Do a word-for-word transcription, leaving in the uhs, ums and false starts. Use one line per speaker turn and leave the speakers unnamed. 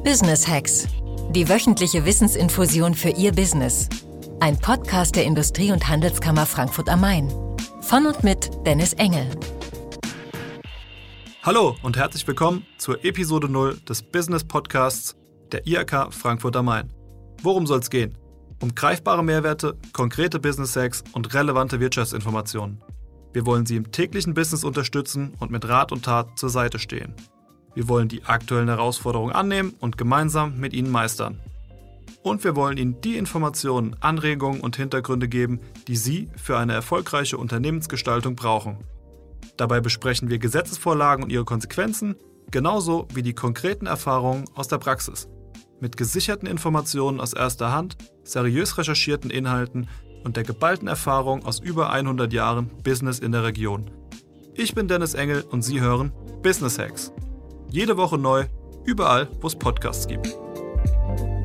Business Hacks. Die wöchentliche Wissensinfusion für Ihr Business. Ein Podcast der Industrie- und Handelskammer Frankfurt am Main. Von und mit Dennis Engel.
Hallo und herzlich willkommen zur Episode null des Business Podcasts der I H K Frankfurt am Main. Worum soll es gehen? Um greifbare Mehrwerte, konkrete Business Hacks und relevante Wirtschaftsinformationen. Wir wollen Sie im täglichen Business unterstützen und mit Rat und Tat zur Seite stehen. Wir wollen die aktuellen Herausforderungen annehmen und gemeinsam mit Ihnen meistern. Und wir wollen Ihnen die Informationen, Anregungen und Hintergründe geben, die Sie für eine erfolgreiche Unternehmensgestaltung brauchen. Dabei besprechen wir Gesetzesvorlagen und ihre Konsequenzen, genauso wie die konkreten Erfahrungen aus der Praxis. Mit gesicherten Informationen aus erster Hand, seriös recherchierten Inhalten und der geballten Erfahrung aus über hundert Jahren Business in der Region. Ich bin Dennis Engel und Sie hören Business Hacks. Jede Woche neu, überall, wo es Podcasts gibt.